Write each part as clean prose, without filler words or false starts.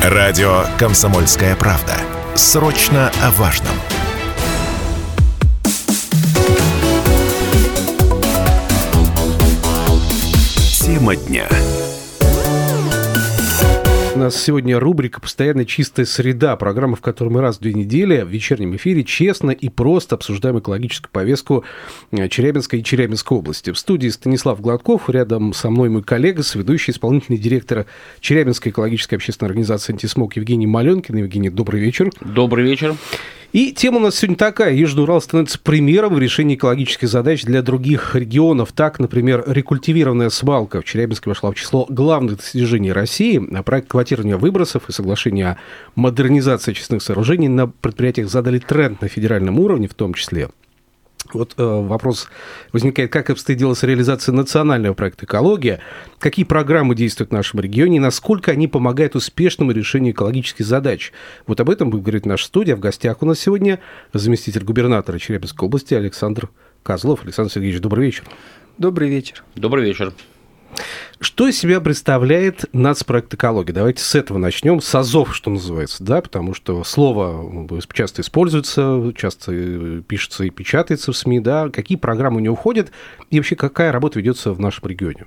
Радио «Комсомольская правда». Срочно о важном. Тема дня. У нас сегодня рубрика «Постоянно чистая среда», программа, в которой мы раз в 2 недели в вечернем эфире честно и просто обсуждаем экологическую повестку Челябинска и Челябинской области. В студии Станислав Гладков, рядом со мной мой коллега, соведущий, исполнительный директор Челябинской экологической общественной организации «Антисмог» Евгений Маленкин. Евгений, добрый вечер. Добрый вечер. И тема у нас сегодня такая. Южный Урал становится примером в решении экологических задач для других регионов. Так, например, рекультивированная свалка в Челябинске вошла в число главных достижений России. А проект квотирования выбросов и соглашение о модернизации очистных сооружений на предприятиях задали тренд на федеральном уровне в том числе. Вот вопрос возникает, как обстоит дело с реализацией национального проекта «Экология», какие программы действуют в нашем регионе и насколько они помогают успешному решению экологических задач. Вот об этом будет говорить наша студия. В гостях у нас сегодня заместитель губернатора Челябинской области Александр Козлов. Александр Сергеевич, добрый вечер. Добрый вечер. Добрый вечер. Что из себя представляет нацпроект «Экология»? Давайте с этого начнем, с азов, что называется, да, потому что слово часто используется, часто пишется и печатается в СМИ, да. Какие программы у него входят и вообще какая работа ведется в нашем регионе?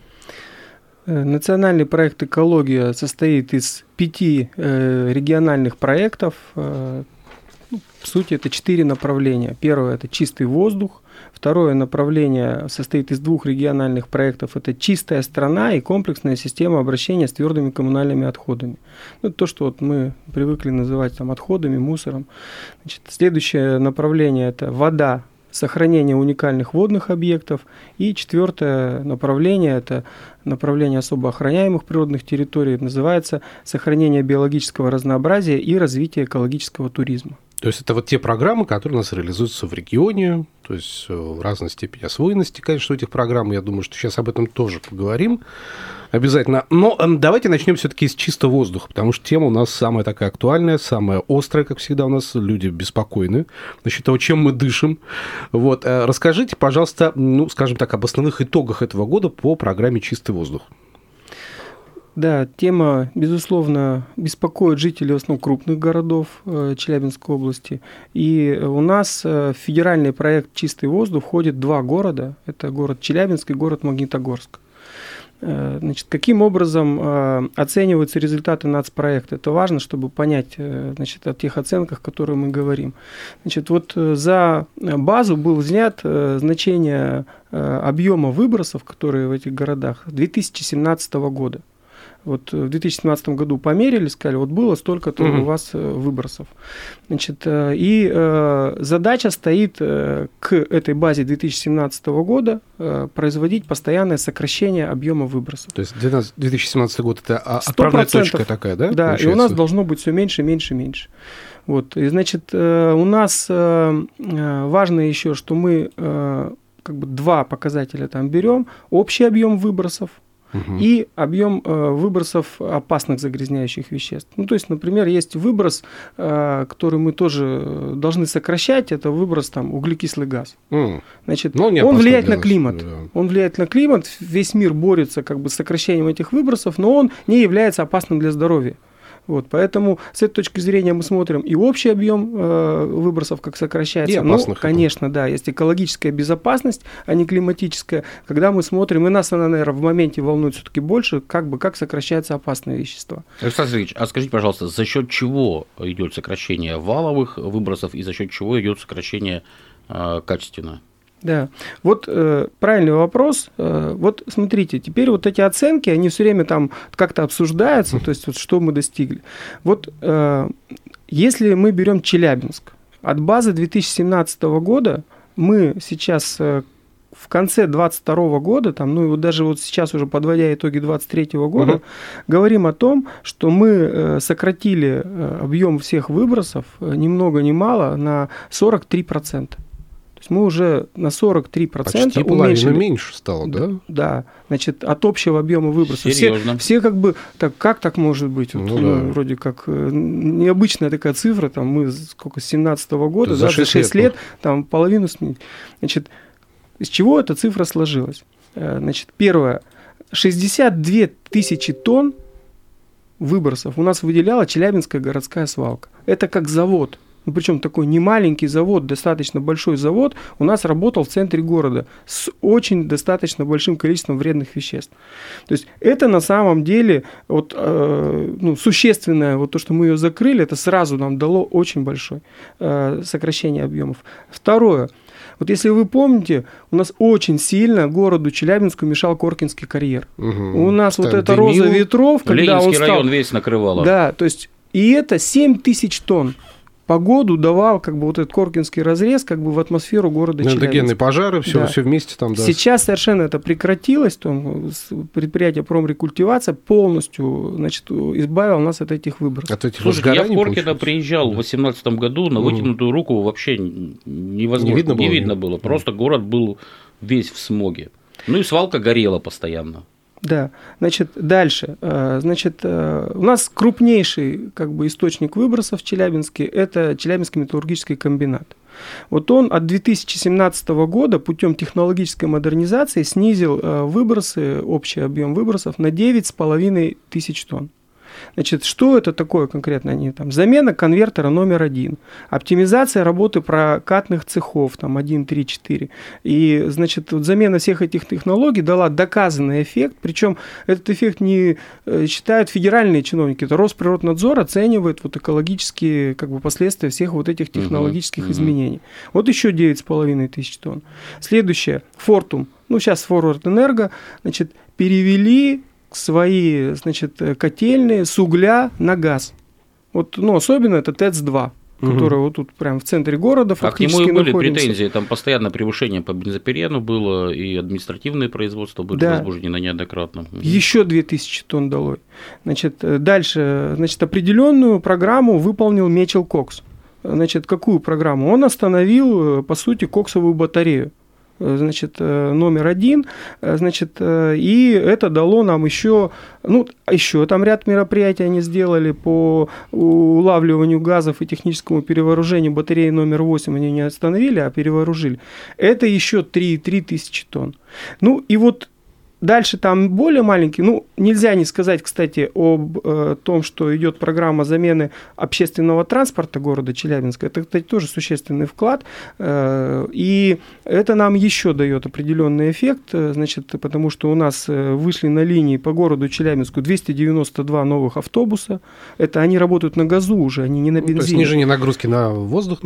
Национальный проект «Экология» состоит из 5 региональных проектов. В сути, это 4 направления. Первое – это чистый воздух. Второе направление состоит из 2 региональных проектов. Это чистая страна и комплексная система обращения с твердыми коммунальными отходами. Ну, то, что вот мы привыкли называть там, отходами, мусором. Значит, следующее направление – это вода, сохранение уникальных водных объектов. И 4 направление – это направление особо охраняемых природных территорий. Называется сохранение биологического разнообразия и развитие экологического туризма. То есть это вот те программы, которые у нас реализуются в регионе, то есть в разной степени освоенности, конечно, у этих программ. Я думаю, что сейчас об этом тоже поговорим обязательно. Но давайте начнем все-таки с чистого воздуха, потому что тема у нас самая такая актуальная, самая острая, как всегда у нас. Люди беспокойны насчет того, чем мы дышим. Вот. Расскажите, пожалуйста, ну, скажем так, об основных итогах этого года по программе «Чистый воздух». Да, тема, безусловно, беспокоит жителей в основном крупных городов Челябинской области. И у нас в федеральный проект «Чистый воздух» входит 2 города. Это город Челябинск и город Магнитогорск. Значит, каким образом оцениваются результаты нацпроекта? Это важно, чтобы понять, значит, о тех оценках, о которых мы говорим. Значит, вот за базу был взят значение объема выбросов, которые в этих городах, 2017 года. Вот в 2017 году померили, сказали, вот было столько-то у вас выбросов. Значит, и задача стоит к этой базе 2017 года производить постоянное сокращение объема выбросов. То есть 2017 год – это отправная точка такая, да? Да, получается? И у нас должно быть все меньше, меньше, меньше. Вот, и, значит, у нас важно еще, что мы как бы 2 показателя там берем. Общий объем выбросов и объем выбросов опасных загрязняющих веществ. Ну, то есть, например, есть выброс, который мы тоже должны сокращать, это выброс там, углекислый газ. Значит, он влияет на климат. Да. Он влияет на климат, весь мир борется как бы, с сокращением этих выбросов, но он не является опасным для здоровья. Вот, поэтому с этой точки зрения мы смотрим и общий объем выбросов, как сокращается. Ну, конечно, да, есть экологическая безопасность, а не климатическая. Когда мы смотрим, и нас она, наверное, в моменте волнует все-таки больше, как сокращаются опасные вещества. Александр Сергеевич, а скажите, пожалуйста, за счет чего идет сокращение валовых выбросов и за счет чего идет сокращение качественное? Да, вот правильный вопрос. Вот смотрите, теперь вот эти оценки, они все время там как-то обсуждаются, то есть вот что мы достигли. Вот если мы берем Челябинск, от базы 2017 года мы сейчас в конце 2022 года, там, ну и вот даже вот сейчас уже подводя итоги 2023 года, говорим о том, что мы сократили объем всех выбросов ни много ни мало на 43%. Мы уже на 43% почти половину меньше стало, да? Да, значит, от общего объема выбросов. Все как бы, так, как так может быть? Вот, да. Вроде как необычная такая цифра, там мы сколько, с 2017 года, да, за 6 лет там половину сменить. Значит, из чего эта цифра сложилась? Значит, первое, 62 тысячи тонн выбросов у нас выделяла Челябинская городская свалка. Это как завод. Причем такой не маленький завод, достаточно большой завод, у нас работал в центре города с очень достаточно большим количеством вредных веществ. То есть это на самом деле существенное, то, что мы ее закрыли, это сразу нам дало очень большое сокращение объемов. Второе. Если вы помните, у нас очень сильно городу Челябинску мешал Коркинский карьер. У нас эта роза ветров, когда Ленинский район весь накрывало. Да, то есть и это 7 тысяч тонн. Погоду давал этот Коркинский разрез в атмосферу города Челябинска. Эндогенные пожары, все вместе там. Да. Сейчас совершенно это прекратилось. Предприятие промрекультивация полностью избавило нас от этих выбросов. Слушайте, я в Коркино приезжал в 2018 году, на вытянутую руку вообще невозможно. Не видно было. Просто город был весь в смоге. И свалка горела постоянно. Да, дальше. У нас крупнейший источник выбросов в Челябинске – это Челябинский металлургический комбинат. Он от 2017 года путем технологической модернизации снизил выбросы, общий объем выбросов на 9,5 тысяч тонн. Что это такое конкретно? Замена конвертера номер 1, оптимизация работы прокатных цехов 1, 3, 4. И, замена всех этих технологий дала доказанный эффект, причем этот эффект не считают федеральные чиновники, это Росприроднадзор оценивает экологические последствия всех этих технологических изменений. Еще 9,5 тысяч тонн. Следующее, Фортум, сейчас Форвард Энерго, перевели свои, котельные с угля на газ. Особенно это ТЭЦ-2, которая тут прямо в центре города фактически находится. А к нему и были претензии, там постоянно превышение по бензопирену было, и административные производства были возбуждены неоднократно. Еще 2000 тонн долой. Дальше, определенную программу выполнил Мечел Кокс. Какую программу? Он остановил, по сути, коксовую батарею. Номер 1, и это дало нам еще там ряд мероприятий они сделали по улавливанию газов и техническому перевооружению батареи номер 8, они не остановили, а перевооружили. Это еще 3 тысячи тонн. Дальше там более маленький. Нельзя не сказать, кстати, об том, что идет программа замены общественного транспорта города Челябинска. Это, кстати, тоже существенный вклад. И это нам еще дает определенный эффект, потому что у нас вышли на линии по городу Челябинску 292 новых автобуса. Это они работают на газу уже, они не на бензине. То есть снижение нагрузки на воздух.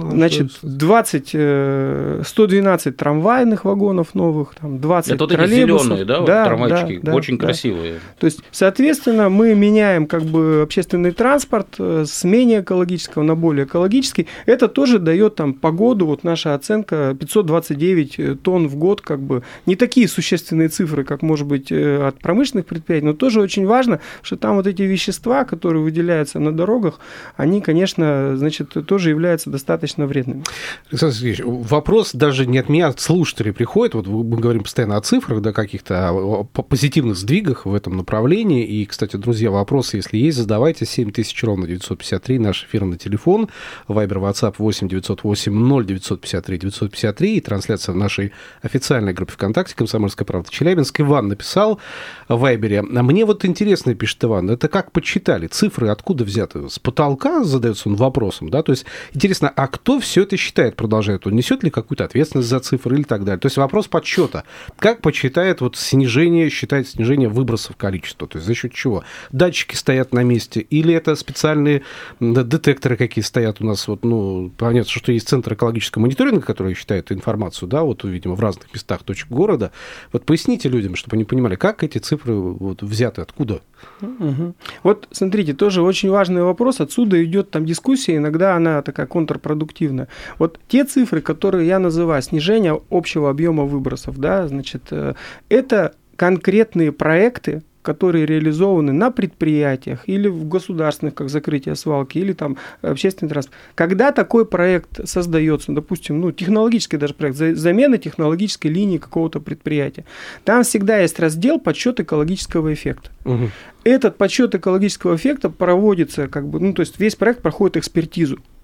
112 трамвайных вагонов новых, 20 это троллейбусов. Зеленые, да? Трамвайчики, очень красивые. То есть, соответственно, мы меняем общественный транспорт с менее экологического на более экологический. Это тоже дает погоду, наша оценка 529 тонн в год, не такие существенные цифры, как, может быть, от промышленных предприятий, но тоже очень важно, что там эти вещества, которые выделяются на дорогах, они, конечно, тоже являются достаточно вредными. Александр Сергеевич, вопрос даже не от меня, от слушателей приходит. Мы говорим постоянно о цифрах, каких-то, о позитивных сдвигах в этом направлении. И, кстати, друзья, вопросы, если есть, задавайте. 7000 ровно 953, наш эфирный телефон. Вайбер, WhatsApp 8 908 0953 953. И трансляция в нашей официальной группе ВКонтакте «Комсомольская правда» Челябинск. Иван написал в Вайбере. А мне интересно, пишет Иван, это как подсчитали? Цифры откуда взяты? С потолка задается он вопросом, да? То есть, интересно, а кто все это считает, продолжает? Он несет ли какую-то ответственность за цифры или так далее? То есть, вопрос подсчета. Как подсчитает считает снижение выбросов количества, то есть за счет чего? Датчики стоят на месте, или это специальные детекторы какие стоят у нас, понятно, что есть центр экологического мониторинга, который считает информацию, видимо, в разных местах точек города. Поясните людям, чтобы они понимали, как эти цифры взяты, откуда? Смотрите, тоже очень важный вопрос, отсюда идет дискуссия, иногда она такая контрпродуктивная. Те цифры, которые я называю снижение общего объема выбросов, это конкретные проекты, которые реализованы на предприятиях или в государственных, как закрытие свалки, или общественный транспорт. Когда такой проект создается, допустим, технологический даже проект, замена технологической линии какого-то предприятия, там всегда есть раздел подсчет экологического эффекта. Этот подсчет экологического эффекта проводится, то есть весь проект проходит экспертизу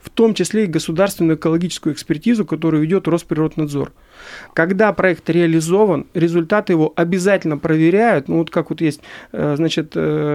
в том числе и государственную экологическую экспертизу, которую ведет Росприроднадзор. Когда проект реализован, результаты его обязательно проверяют. Ну, вот как вот есть, значит,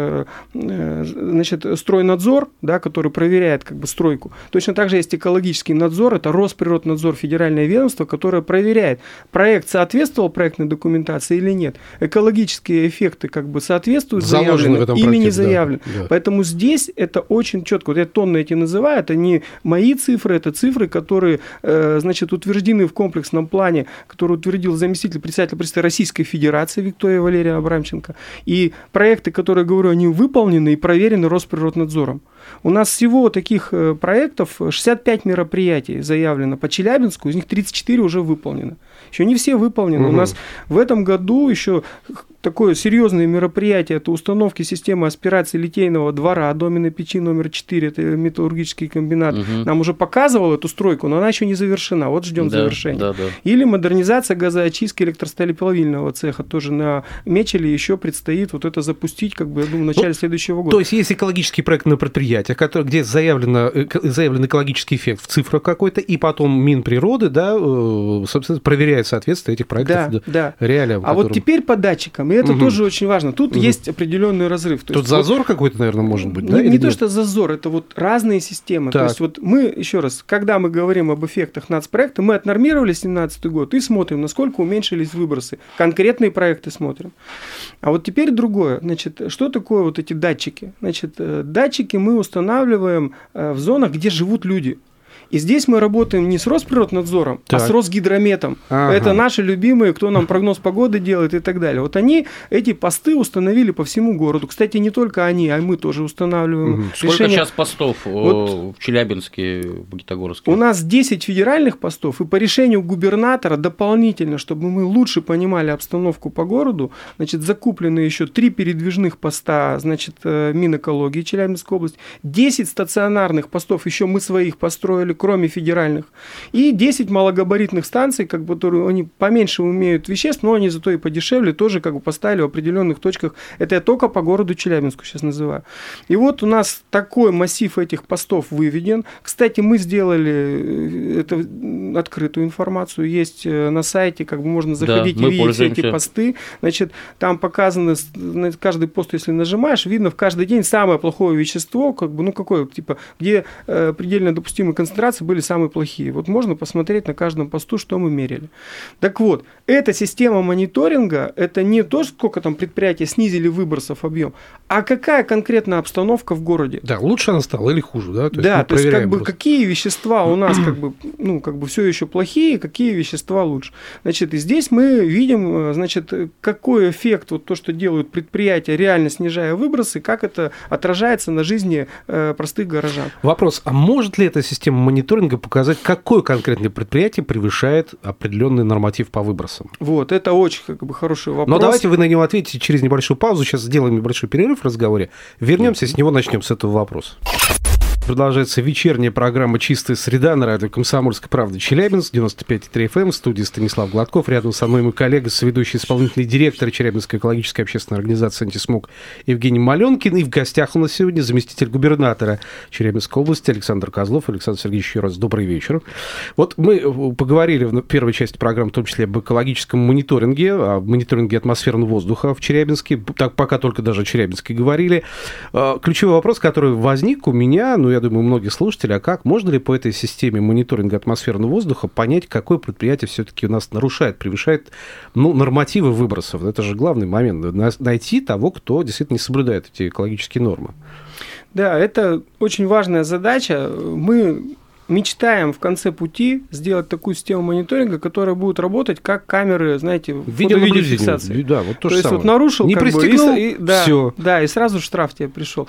стройнадзор, да, который проверяет как бы стройку. Точно так же есть экологический надзор, это Росприроднадзор, федеральное ведомство, которое проверяет, проект соответствовал проектной документации или нет. Экологические эффекты как бы соответствуют заявленным или не заявлены. Да. Поэтому здесь это очень четко. Вот я тонны эти называю, это не мои цифры, это цифры, которые, значит, утверждены в комплексном плане, который утвердил заместитель председателя правительства Российской Федерации Виктория Валерия Абрамченко. И проекты, которые, говорю, они выполнены и проверены Росприроднадзором. У нас всего таких проектов 65 мероприятий заявлено по Челябинску, из них 34 уже выполнено. Еще не все выполнены. У нас в этом году еще такое серьезное мероприятие, это установки системы аспирации литейного двора доменной печи номер 4, это металлургический комбинат. Нам уже показывал эту стройку, но она еще не завершена. Вот ждем завершения. Или модернизация газоочистки электросталеплавильного цеха. Тоже на Мечеле еще предстоит вот это запустить, как бы, я думаю, в начале следующего года. То есть есть экологический проект на предприятиях, где заявлен экологический эффект в цифрах какой-то, и потом Минприроды, да, собственно, проверяет соответствие этих проектов реалиям. А вот теперь по датчикам. И это тоже очень важно. Тут есть определенный разрыв. Тут зазор какой-то, наверное, может быть, да? Не то, что зазор, это вот разные системы. То есть вот мы, еще раз, когда мы говорим об эффектах нацпроекта, мы отнормировали 2017 год и смотрим, насколько уменьшились выбросы. Конкретные проекты смотрим. А вот теперь другое. Значит, что такое вот эти датчики? Значит, датчики мы устанавливаем в зонах, где живут люди. И здесь мы работаем не с Росприроднадзором, а с Росгидрометом. Это наши любимые, кто нам прогноз погоды делает и так далее. Вот они эти посты установили по всему городу. Кстати, не только они, а мы тоже устанавливаем. Сколько сейчас постов в Челябинске, в Магнитогорске? У нас 10 федеральных постов, и по решению губернатора дополнительно, чтобы мы лучше понимали обстановку по городу, значит, закуплены еще 3 передвижных поста, значит, Минэкологии Челябинской области, 10 стационарных постов, еще мы своих построили, кроме федеральных, и 10 малогабаритных станций, как бы, которые они поменьше умеют веществ, но они зато и подешевле, тоже как бы поставили в определенных точках. Это я только по городу Челябинску сейчас называю. И вот у нас такой массив этих постов выведен. Кстати, мы сделали это открытую информацию, есть на сайте, как бы можно заходить и видеть все эти посты. Значит, там показано, каждый пост, если нажимаешь, видно в каждый день самое плохое вещество, как бы, ну какое, типа, где предельно допустимые концентрации были самые плохие. Вот можно посмотреть на каждом посту, что мы мерили. Так вот, эта система мониторинга, это не то, сколько там предприятия снизили выбросов объем, а какая конкретная обстановка в городе. Да, лучше она стала или хуже, да? То есть как бы какие вещества у нас как бы, ну, как бы все еще плохие, какие вещества лучше. Значит, и здесь мы видим, значит, какой эффект, вот то, что делают предприятия, реально снижая выбросы, как это отражается на жизни простых горожан. Вопрос, а может ли эта система мониторинга показать, какое конкретное предприятие превышает определенный норматив по выбросам? Вот, это очень как бы хороший вопрос. Но давайте вы на него ответите через небольшую паузу. Сейчас сделаем небольшой перерыв в разговоре. Вернемся, с него начнем, с этого вопроса. Продолжается вечерняя программа «Чистая среда» на радио «Комсомольская правда» Челябинск, 95,3 FM, в студии Станислав Гладков. Рядом со мной мой коллега, соведущий исполнительный директор Челябинской экологической общественной организации «Антисмог» Евгений Маленкин. И в гостях у нас сегодня заместитель губернатора Челябинской области Александр Козлов. Александр Сергеевич, еще раз добрый вечер. Вот мы поговорили в первой части программы, в том числе об экологическом мониторинге, о мониторинге атмосферного воздуха в Челябинске. Так пока только даже о Челябинске говорили. Ключевой вопрос, который возник у меня, я думаю, у многих слушателей, а как можно ли по этой системе мониторинга атмосферного воздуха понять, какое предприятие все-таки у нас нарушает, превышает нормативы выбросов? Это же главный момент. Найти того, кто действительно не соблюдает эти экологические нормы. Да, это очень важная задача. Мы мечтаем в конце пути сделать такую систему мониторинга, которая будет работать как камеры, знаете, фото-видеофиксации. Да, вот то же есть самое. Вот нарушил, не пристегнул, все. Да, и сразу штраф тебе пришел.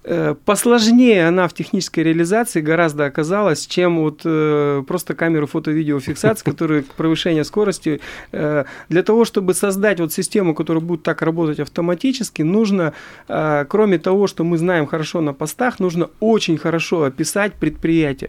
Посложнее она в технической реализации гораздо оказалась, чем вот просто камеры фото-видеофиксации, которые к превышению скорости. Для того, чтобы создать вот систему, которая будет так работать автоматически, нужно, кроме того, что мы знаем хорошо на постах, нужно очень хорошо описать предприятие. По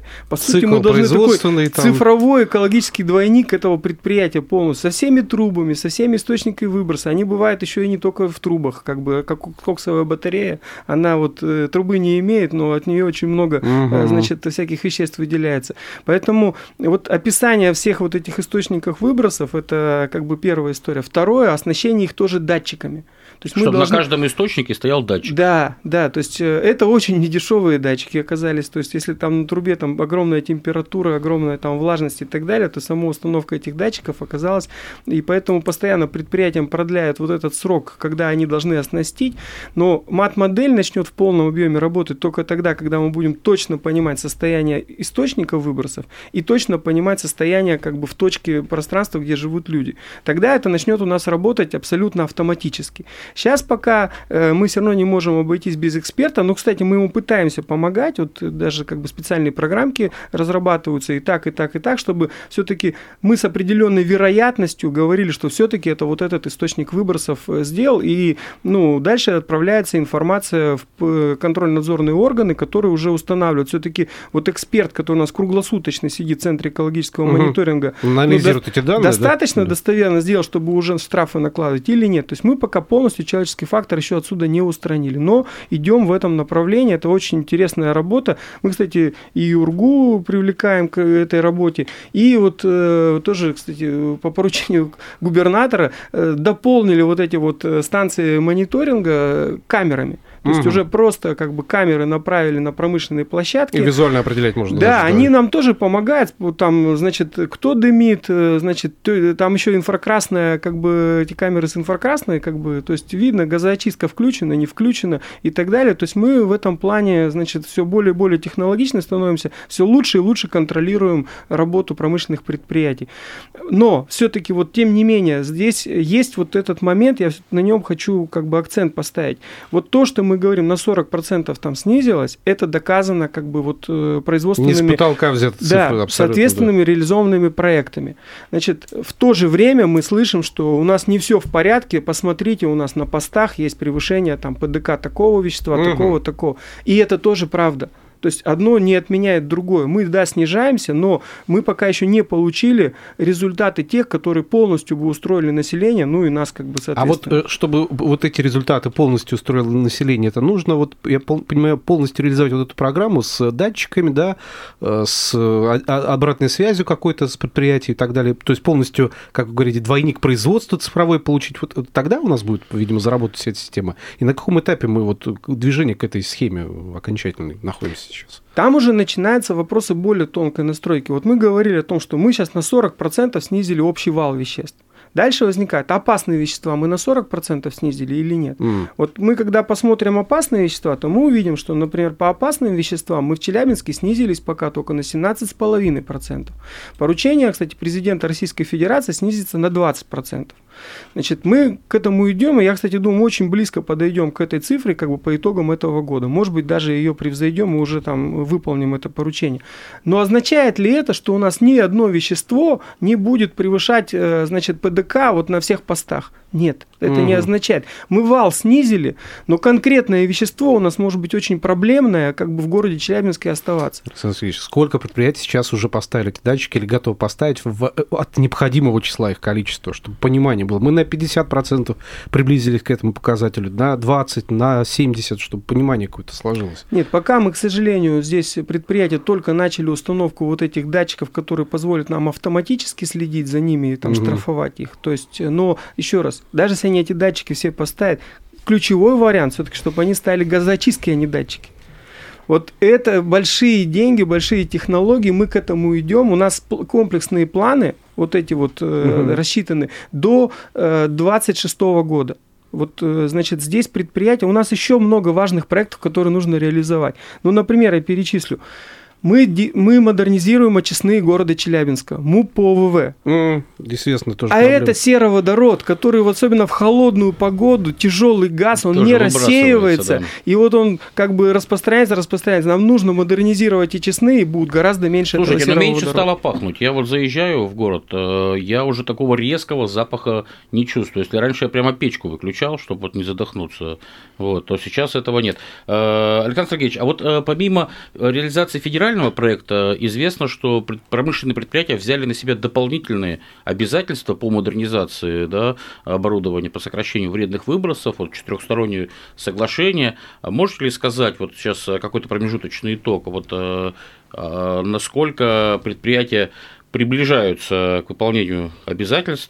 сути, мы должны такой цифровой экологический двойник этого предприятия полностью, со всеми трубами, со всеми источниками выброса. Они бывают еще и не только в трубах, как коксовая батарея, она вот трубы не имеет, но от нее очень много, значит, всяких веществ выделяется. Поэтому вот описание всех вот этих источников выбросов, это как бы первая история. Второе, оснащение их тоже датчиками. То есть чтобы на каждом источнике стоял датчик. Да, то есть это очень недешевые датчики оказались. То есть если там на трубе там огромная температура, огромная там влажность и так далее, то сама установка этих датчиков оказалась, и поэтому постоянно предприятиям продляют вот этот срок, когда они должны оснастить, но мат-модель начнет в полном объеме работать только тогда, когда мы будем точно понимать состояние источников выбросов и точно понимать состояние как бы в точке пространства, где живут люди. Тогда это начнет у нас работать абсолютно автоматически. Сейчас пока мы все равно не можем обойтись без эксперта, но, кстати, мы ему пытаемся помогать, вот даже как бы специальные программки разрабатываются и так, чтобы все-таки мы с определенной вероятностью говорили, что все-таки это вот этот источник выбросов сделал, и дальше отправляется информация в контрольно-надзорные органы, которые уже устанавливают. Все-таки вот эксперт, который у нас круглосуточно сидит в Центре экологического мониторинга, анализирует эти данные, достаточно достоверно сделал, чтобы уже штрафы накладывать или нет. То есть мы пока полностью человеческий фактор еще отсюда не устранили, но идем в этом направлении. Это очень интересная работа. Мы, кстати, и ЮРГУ привлекаем к этой работе, и вот тоже, кстати, по поручению губернатора дополнили вот эти вот станции мониторинга камерами. То есть уже просто как бы камеры направили на промышленные площадки. И визуально определять можно. Да, они нам тоже помогают. Там, значит, кто дымит, значит, там еще инфракрасная, как бы эти камеры с инфракрасной, как бы, то есть видно, газоочистка включена, не включена и так далее. То есть мы в этом плане, значит, все более и более технологично становимся, все лучше и лучше контролируем работу промышленных предприятий. Но все-таки вот тем не менее здесь есть вот этот момент, я на нем хочу как бы акцент поставить. Вот то, что мы говорим, на 40% там снизилось, это доказано как бы вот производственными... Не с потолка взяты цифры, да, соответственными реализованными проектами. Значит, в то же время мы слышим, что у нас не все в порядке, посмотрите, у нас на постах есть превышение там ПДК такого вещества, такого. И это тоже правда. То есть одно не отменяет другое. Мы, да, снижаемся, но мы пока еще не получили результаты тех, которые полностью бы устроили население, ну и нас как бы соответственно. А вот чтобы вот эти результаты полностью устроило население, это нужно, вот я понимаю, полностью реализовать вот эту программу с датчиками, да, с обратной связью какой-то с предприятием и так далее. То есть полностью, как вы говорите, двойник производства цифровой получить. Вот тогда у нас будет, видимо, заработать вся эта система. И на каком этапе мы вот движение к этой схеме окончательной находимся сейчас? Там уже начинаются вопросы более тонкой настройки. Вот мы говорили о том, что мы сейчас на 40% снизили общий вал веществ. Дальше возникает, опасные вещества мы на 40% снизили или нет? Вот мы, когда посмотрим опасные вещества, то мы увидим, что, например, по опасным веществам мы в Челябинске снизились пока только на 17,5%. Поручение, кстати, президента Российской Федерации снизится на 20%. Значит, мы к этому идем, и я, кстати, думаю, очень близко подойдем к этой цифре как бы по итогам этого года. Может быть, даже ее превзойдем и уже там выполним это поручение. Но означает ли это, что у нас ни одно вещество не будет превышать, значит, ПДК вот на всех постах? Нет, это не означает. Мы вал снизили, но конкретное вещество у нас может быть очень проблемное, как бы в городе Челябинске оставаться. Александр Сергеевич, сколько предприятий сейчас уже поставили эти датчики или готовы поставить от необходимого числа их количества, чтобы понимание было? Мы на 50% приблизились к этому показателю, на 20%, на 70%, чтобы понимание какое-то сложилось. Нет, пока мы, к сожалению, здесь предприятия только начали установку вот этих датчиков, которые позволят нам автоматически следить за ними и там штрафовать их. То есть, но еще раз, даже если они эти датчики все поставят, ключевой вариант все-таки, чтобы они стали газоочистки, а не датчики. Вот это большие деньги, большие технологии, мы к этому идем. У нас комплексные планы, вот эти вот рассчитаны до 2026 года. Вот, значит, здесь предприятия, у нас еще много важных проектов, которые нужно реализовать. Ну, например, я перечислю. Мы модернизируем очистные города Челябинска, МУП по ОВВ. Известно тоже. А это сероводород, который вот особенно в холодную погоду, тяжелый газ, он тоже не рассеивается. Да. И вот он как бы распространяется. Нам нужно модернизировать очистные, и будет гораздо меньше этого сероводорода. Слушайте, меньше стало пахнуть. Я вот заезжаю в город, я уже такого резкого запаха не чувствую. Если раньше я прямо печку выключал, чтобы вот не задохнуться, вот, то сейчас этого нет. Александр Сергеевич, а вот помимо реализации федеральных федерального проекта известно, что промышленные предприятия взяли на себя дополнительные обязательства по модернизации, да, оборудования, по сокращению вредных выбросов, вот 4-стороннее соглашение. Можете ли сказать вот сейчас какой-то промежуточный итог, вот, насколько предприятия приближаются к выполнению обязательств,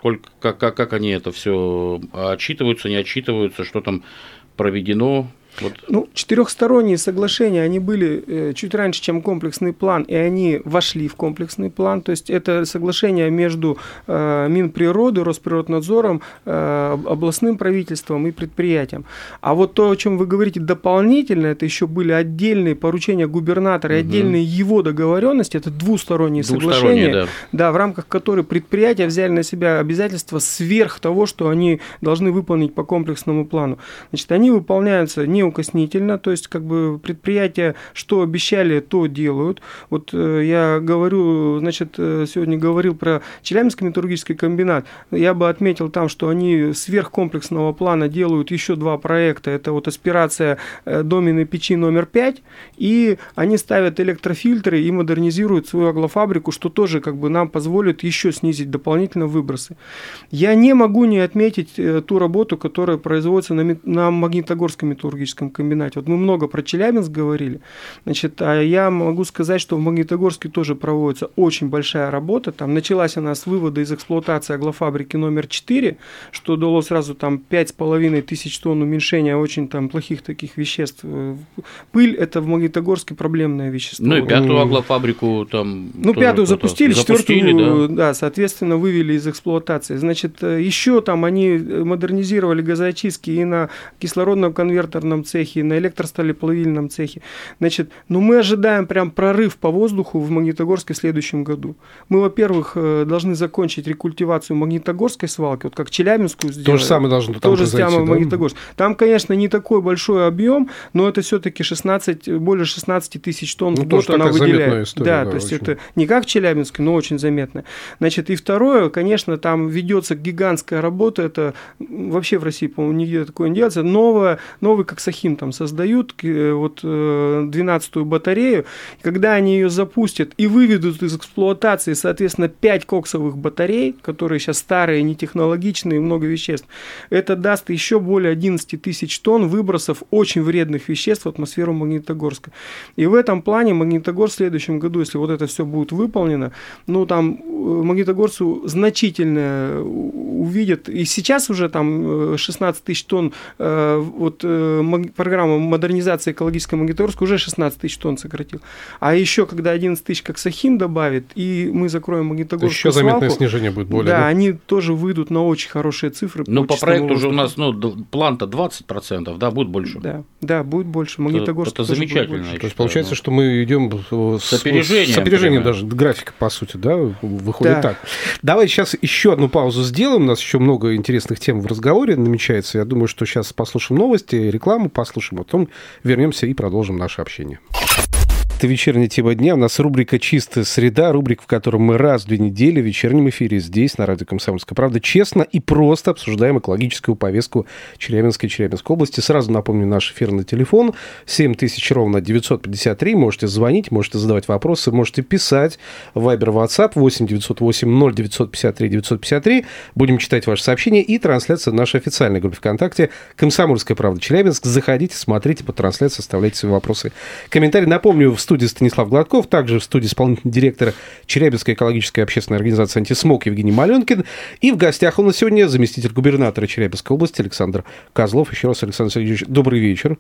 как они это все отчитываются, не отчитываются, что там проведено? Вот. Ну, 4-сторонние соглашения, они были чуть раньше, чем комплексный план, и они вошли в комплексный план. То есть это соглашение между Минприроды, Росприроднадзором, областным правительством и предприятием. А вот то, о чем вы говорите дополнительно, это еще были отдельные поручения губернатора и отдельные его договоренности, это двусторонние соглашения, да, в рамках которых предприятия взяли на себя обязательства сверх того, что они должны выполнить по комплексному плану. Значит, они выполняются неукоснительно, то есть как бы предприятия, что обещали, то делают. Вот я говорю, значит, сегодня говорил про Челябинский металлургический комбинат, я бы отметил там, что они сверхкомплексного плана делают еще 2 проекта, это вот аспирация доменной печи номер 5, и они ставят электрофильтры и модернизируют свою аглофабрику, что тоже как бы нам позволит еще снизить дополнительно выбросы. Я не могу не отметить ту работу, которая производится на Магнитогорском металлургическом комбинате. Вот мы много про Челябинск говорили, значит, а я могу сказать, что в Магнитогорске тоже проводится очень большая работа. Там началась она с вывода из эксплуатации аглофабрики номер 4, что дало сразу там 5500 тонн уменьшения очень там плохих таких веществ. Пыль – это в Магнитогорске проблемное вещество. Ну и 5-ю аглофабрику там. Ну, 5-ю запустили, 4-ю, да, соответственно, вывели из эксплуатации. Значит, еще там они модернизировали газоочистки и на кислородном конвертерном цехе, на электросталеплавильном цехе. Значит, ну мы ожидаем прям прорыв по воздуху в Магнитогорске в следующем году. Мы, во-первых, должны закончить рекультивацию Магнитогорской свалки, вот как Челябинскую сделали. То же самое должно там произойти, в Магнитогорске. Там, конечно, не такой большой объем, но это все-таки более 16 тысяч тонн в год она выделяет. История, да, то есть это не как в Челябинске, но очень заметно. Значит, и второе, конечно, там ведется гигантская работа, это вообще в России, по-моему, нигде такое не делается, новый коксахим там создают, вот 12-ю батарею, когда они ее запустят и выведут из эксплуатации, соответственно, 5 коксовых батарей, которые сейчас старые, нетехнологичные, много веществ, это даст еще более 11 тысяч тонн выбросов очень вредных веществ в атмосферу Магнитогорска. И в этом плане Магнитогорск в следующем году, если вот это все будет выполнено, ну там магнитогорцу значительно увидят, и сейчас уже там 16 тысяч тонн, вот программа модернизации экологической Магнитогорска уже 16 тысяч тонн сократил. А еще, когда 11 тысяч коксахим добавит, и мы закроем Магнитогорскую свалку, еще заметное снижение будет более. Да, они тоже выйдут на очень хорошие цифры. Но по проекту уже у нас план-то 20%, да, будет больше. Да, будет больше. Магнитогорск это замечательно. То есть получается, что мы идем с опережением даже графика, по сути, да, выходит так. Давай сейчас еще одну паузу сделаем. У нас еще много интересных тем в разговоре намечается. Я думаю, что сейчас послушаем новости, рекламу послушаем, потом вернемся и продолжим наше общение. Это вечерняя тема дня. У нас рубрика «Чистая среда», рубрика, в которой мы раз в 2 недели в вечернем эфире здесь, на радио «Комсомольская правда», честно и просто обсуждаем экологическую повестку Челябинской области. Сразу напомню наш эфирный телефон 7000 ровно 953. Можете звонить, можете задавать вопросы, можете писать. Вайбер, WhatsApp 8 908 0953 953. Будем читать ваши сообщения и трансляция в нашей официальной группе ВКонтакте «Комсомольская правда Челябинск». Заходите, смотрите по трансляции, оставляйте свои вопросы. Комментарии, напомню, в студии Станислав Гладков, также в студии исполнительный директор Челябинской экологической общественной организации «Антисмог» Евгений Маленкин. И в гостях у нас сегодня заместитель губернатора Челябинской области Александр Козлов. Еще раз, Александр Сергеевич, добрый вечер.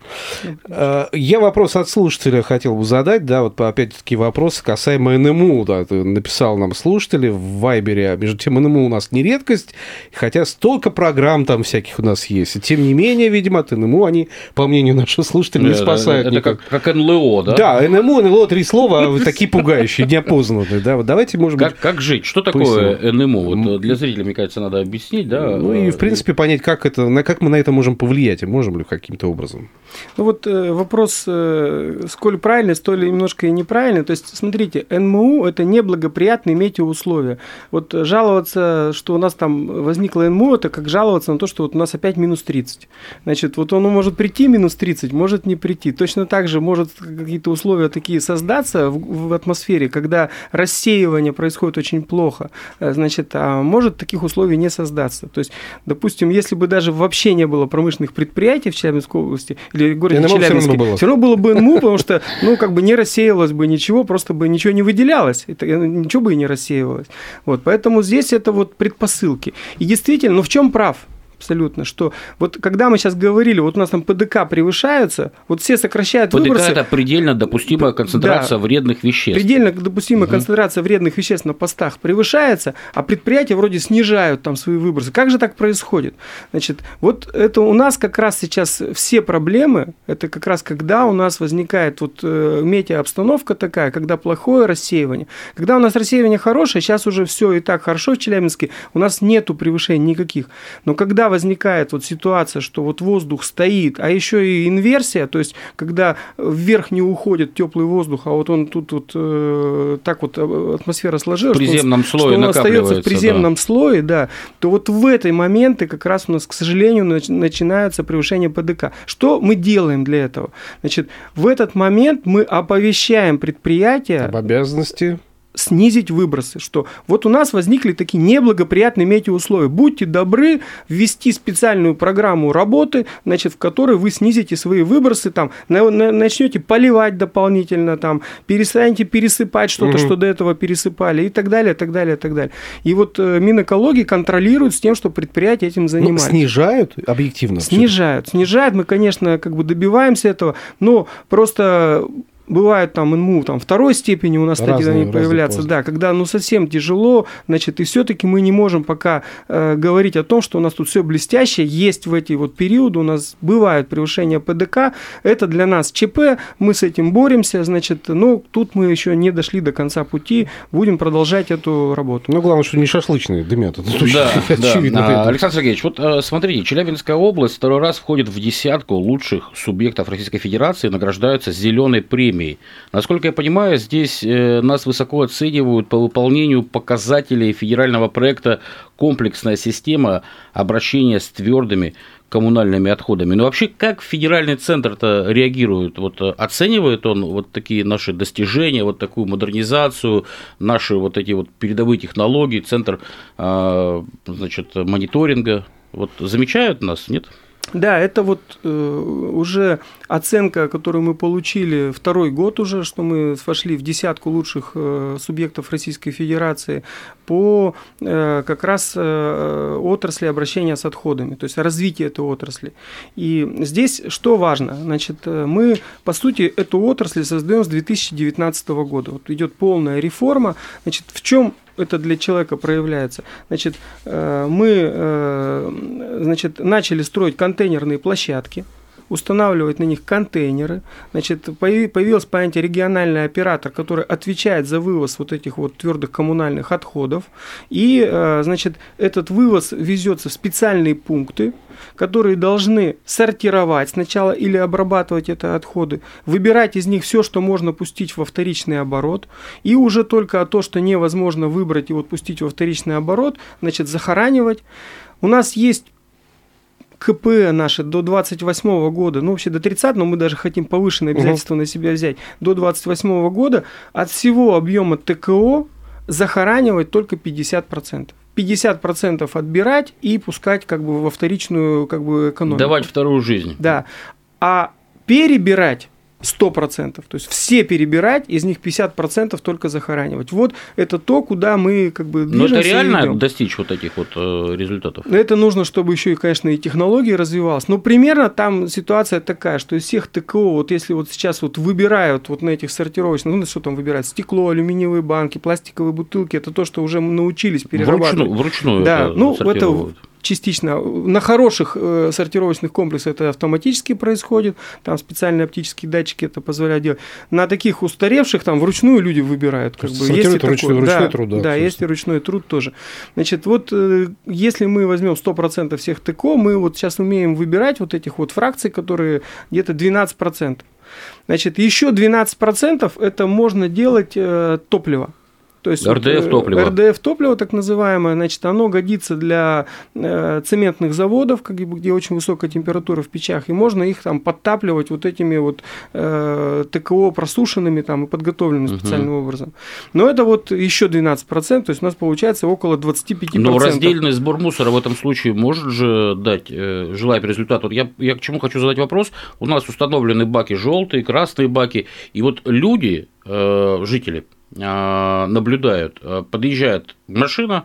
Я вопрос от слушателя хотел бы задать, да, вот опять-таки вопрос касаемо НМУ. Да, написал нам слушатели в Вайбере. Между тем, НМУ у нас не редкость, хотя столько программ там всяких у нас есть. И тем не менее, видимо, от НМУ они, по мнению наших слушателей, не спасают никак. Это как НЛО, да? Да, НМО, 3 слова, такие пугающие, неопознанные. Да? Вот давайте, может быть... Как жить? Что такое НМО? Вот для зрителей, мне кажется, надо объяснить, да? Ну и, в принципе, понять, как мы на это можем повлиять, и можем ли каким-то образом. Ну вот вопрос, сколь правильный, столь немножко и неправильный. То есть, смотрите, НМУ – это неблагоприятные метеоусловия. Вот жаловаться, что у нас там возникло НМУ, это как жаловаться на то, что вот у нас опять минус 30. Значит, вот оно может прийти минус 30, может не прийти. Точно так же может какие-то условия такие такие создаться в атмосфере, когда рассеивание происходит очень плохо, значит, а может таких условий не создаться. То есть, допустим, если бы даже вообще не было промышленных предприятий в Челябинской области или в городе Челябинске, все равно было бы НМУ, потому что, ну, как бы не рассеивалось бы ничего, просто бы ничего не выделялось, ничего бы и не рассеивалось. Вот, поэтому здесь это вот предпосылки. И действительно, ну в чем прав? Абсолютно, что вот когда мы сейчас говорили, вот у нас там ПДК превышаются, вот все сокращают выбросы. ПДК – это предельно допустимая концентрация вредных веществ. Предельно допустимая концентрация вредных веществ на постах превышается, а предприятия вроде снижают там свои выбросы. Как же так происходит? Значит, вот это у нас как раз сейчас все проблемы, это как раз когда у нас возникает вот метеообстановка такая, когда плохое рассеивание. Когда у нас рассеивание хорошее, сейчас уже все и так хорошо в Челябинске, у нас нету превышений никаких. Но когда возникает вот ситуация, что вот воздух стоит, а еще и инверсия, то есть когда вверх не уходит теплый воздух, а вот он тут вот так вот атмосфера сложилась, в приземном слое что он остается в приземном слое, да, то вот в этой моменты как раз у нас, к сожалению, начинается превышение ПДК. Что мы делаем для этого? Значит, в этот момент мы оповещаем предприятие об обязанности снизить выбросы, что вот у нас возникли такие неблагоприятные метеоусловия. Будьте добры ввести специальную программу работы, значит, в которой вы снизите свои выбросы, там, начнете поливать дополнительно, там, перестанете пересыпать что-то, что до этого пересыпали, и так далее, так далее, так далее. И вот Минэкологии контролирует с тем, что предприятия этим занимаются. Снижают объективно? Снижают. Мы, конечно, как бы добиваемся этого, но просто... Бывают там НМУ там, второй степени у нас такие они появляются, да, когда ну, совсем тяжело, значит, и все-таки мы не можем пока говорить о том, что у нас тут все блестяще, есть в эти вот периоды, у нас бывают превышения ПДК, это для нас ЧП, мы с этим боремся, значит, но тут мы еще не дошли до конца пути, будем продолжать эту работу. Ну, главное, что не шашлычные дымят, это точно очевидно. Да. Александр Сергеевич, вот смотрите, Челябинская область второй раз входит в десятку лучших субъектов Российской Федерации, награждаются зеленой премией. Насколько я понимаю, здесь нас высоко оценивают по выполнению показателей федерального проекта «Комплексная система обращения с твердыми коммунальными отходами». Но вообще, как федеральный центр-то реагирует? Вот оценивает он вот такие наши достижения, вот такую модернизацию, наши вот эти вот передовые технологии, центр, значит, мониторинга? Вот замечают нас, нет? Да, это вот уже оценка, которую мы получили второй год уже, что мы вошли в десятку лучших субъектов Российской Федерации по как раз отрасли обращения с отходами, то есть развитие этой отрасли. И здесь что важно? Значит, мы, по сути, эту отрасль создаем с 2019 года. Вот идет полная реформа. Значит, в чем это для человека проявляется? Значит, мы значит, начали строить контейнерные площадки, устанавливать на них контейнеры. Значит, появилось понятие региональный оператор, который отвечает за вывоз вот этих вот твердых коммунальных отходов. И, значит, этот вывоз везется в специальные пункты, которые должны сортировать сначала или обрабатывать эти отходы, выбирать из них все, что можно пустить во вторичный оборот, и уже только то, что невозможно выбрать и вот пустить во вторичный оборот, значит, захоранивать. У нас есть КП наши до 28 года, ну вообще до 30, но мы даже хотим повышенные обязательства на себя взять, до 28 года от всего объема ТКО захоранивать только 50%. 50% отбирать и пускать как бы во вторичную как бы экономику. Давать вторую жизнь. Да. А перебирать 100%, то есть все перебирать, из них 50% только захоранивать. Вот это то, куда мы как бы движемся. Но это реально достичь вот таких вот результатов? Это нужно, чтобы еще и, конечно, и технологии развивалась. Но примерно там ситуация такая, что из всех ТКО, вот если вот сейчас вот выбирают вот на этих сортировочных, ну что там выбирают, стекло, алюминиевые банки, пластиковые бутылки, это то, что уже научились перерабатывать. Вручную да, это ну сортировывают. Это частично. На хороших сортировочных комплексах это автоматически происходит, там специальные оптические датчики это позволяют делать. На таких устаревших там вручную люди выбирают. Как бы, есть и ручной труд. Да, есть и ручной труд тоже. Значит, вот если мы возьмем 100% всех ТКО, мы вот сейчас умеем выбирать вот этих вот фракций, которые где-то 12%. Значит, еще 12% это можно делать топливо. То есть РДФ-топливо. РДФ-топливо, так называемое, значит, оно годится для цементных заводов, где очень высокая температура в печах, и можно их там подтапливать вот этими вот ТКО просушенными там и подготовленными специальным образом. Но это вот еще 12%, то есть у нас получается около 25%. Но раздельный сбор мусора в этом случае может же дать желаемый результат. Вот я к чему хочу задать вопрос. У нас установлены баки желтые, красные баки, и вот люди, жители, наблюдают, подъезжает машина,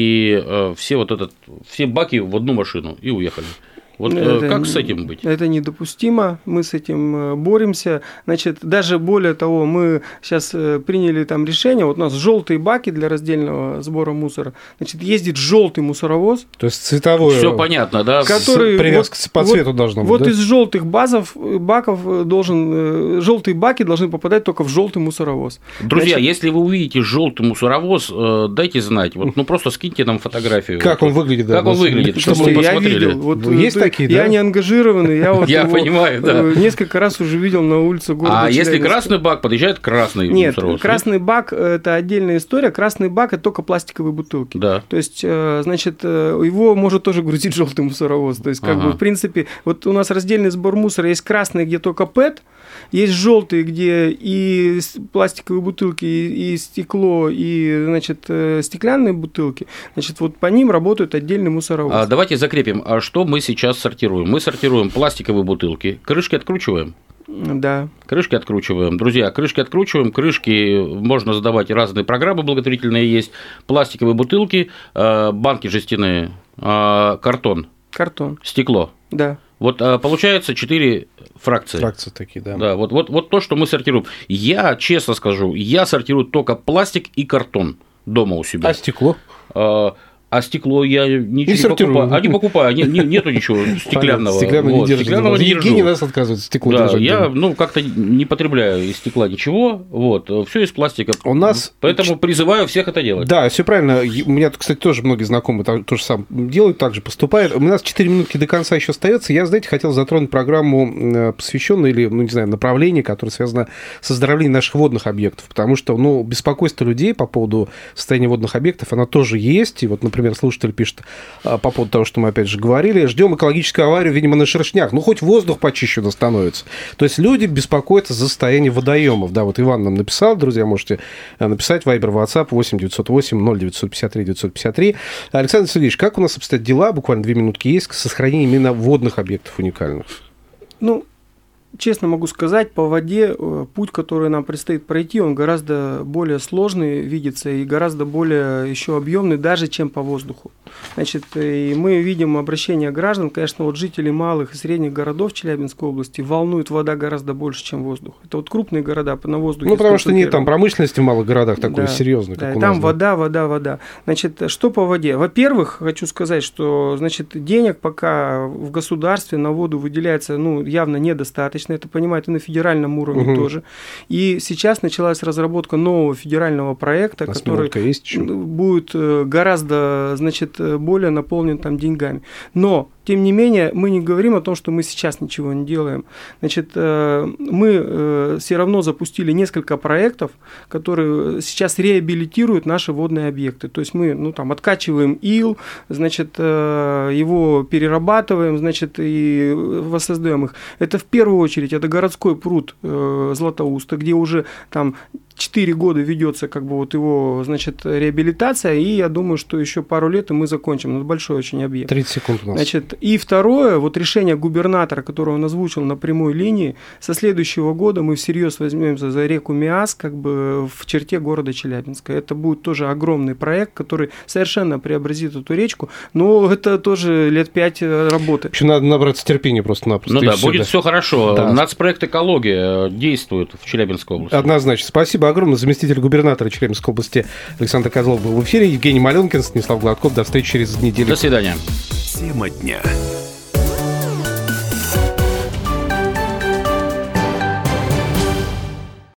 и все баки в одну машину и уехали. Вот как с этим быть? Это недопустимо, мы с этим боремся. Значит, даже более того, мы сейчас приняли там решение, вот у нас желтые баки для раздельного сбора мусора, значит, ездит желтый мусоровоз. То есть цветовое. Все понятно, да? Который привязка по цвету должна быть. Вот да? из желтых баков желтые баки должны попадать только в желтый мусоровоз. Друзья, если вы увидите желтый мусоровоз, дайте знать. Вот, просто скиньте нам фотографию. Как он выглядит? Как он выглядит, чтобы мы посмотрели. Есть такие, я не ангажированный, я понимаю, да. Несколько раз уже видел на улице города. А если красный бак, подъезжает красный мусоровоз? Нет, красный бак – это отдельная история. Красный бак – это только пластиковые бутылки. Да. То есть, значит, его может тоже грузить желтый мусоровоз. То есть, в принципе, вот у нас раздельный сбор мусора, есть красный, где только ПЭТ, есть желтые, где и пластиковые бутылки, и стекло, и, значит, стеклянные бутылки. Значит, вот по ним работают отдельный мусоровоз. Давайте закрепим. А что мы сейчас сортируем? Мы сортируем пластиковые бутылки, крышки откручиваем. Да. Крышки откручиваем. Друзья, крышки откручиваем. Крышки можно задавать разные программы благотворительные есть. Пластиковые бутылки, банки жестяные, картон. Стекло. Да. Вот получается 4 фракции. Фракции такие, да. Да, вот то, что мы сортируем. Я, честно скажу, я сортирую только пластик и картон дома у себя. А стекло? А стекло я ничего не покупаю. Нету ничего стеклянного. Стеклянного не держу. Евгений нас отказывает стекло держать. Я как-то не потребляю из стекла ничего. Все из пластика. Поэтому призываю всех это делать. Да, все правильно. У меня, кстати, тоже многие знакомые то же самое делают, так же поступают. У нас 4 минутки до конца еще остается. Я, знаете, хотел затронуть программу, посвященную или, направление, которое связано с оздоровлением наших водных объектов. Потому что, беспокойство людей по поводу состояния водных объектов, оно тоже есть. И вот, например, слушатель пишет по поводу того, что мы опять же говорили, ждем экологическую аварию, видимо, на шершнях. Хоть воздух почище становится. То есть люди беспокоятся за состояние водоемов. Да, вот Иван нам написал, друзья, можете написать, Вайбер, WhatsApp 8-908-0953-953. Александр Сергеевич, как у нас обстоят дела, буквально 2 минутки есть, с сохранением именно водных объектов уникальных? Честно могу сказать, по воде путь, который нам предстоит пройти, он гораздо более сложный видится и гораздо более еще объемный даже, чем по воздуху. Значит, и мы видим обращение граждан, конечно, вот жителей малых и средних городов Челябинской области волнует вода гораздо больше, чем воздух. Это вот крупные города на воздухе. Потому что нет там промышленности в малых городах такой серьезной, как у нас. Там вода. Значит, что по воде? Во-первых, хочу сказать, что, значит, денег пока в государстве на воду выделяется, явно недостаточно. Это понимают и на федеральном уровне тоже. И сейчас началась разработка нового федерального проекта, который будет гораздо, значит, более наполнен там деньгами. Но, тем не менее, мы не говорим о том, что мы сейчас ничего не делаем. Значит, мы все равно запустили несколько проектов, которые сейчас реабилитируют наши водные объекты. То есть мы откачиваем ил, значит, его перерабатываем, значит, и воссоздаем их. Это в первую очередь, это городской пруд Златоуста, где уже там 4 года ведется его, значит, реабилитация, и я думаю, что еще пару лет и мы закончим. Это большой очень объект. 30 секунд у нас. Значит, и второе, решение губернатора, которое он озвучил на прямой линии, со следующего года мы всерьез возьмемся за реку Миас, в черте города Челябинска. Это будет тоже огромный проект, который совершенно преобразит эту речку, но это тоже лет 5 работы. Еще надо набраться терпения просто-напросто. Будет все хорошо. Да. Нацпроект «Экология» действует в Челябинской области. Однозначно. Спасибо огромное. Заместитель губернатора Челябинской области Александр Козлов был в эфире. Евгений Маленкин, Станислав Гладков. До встречи через неделю. До свидания. Тема дня.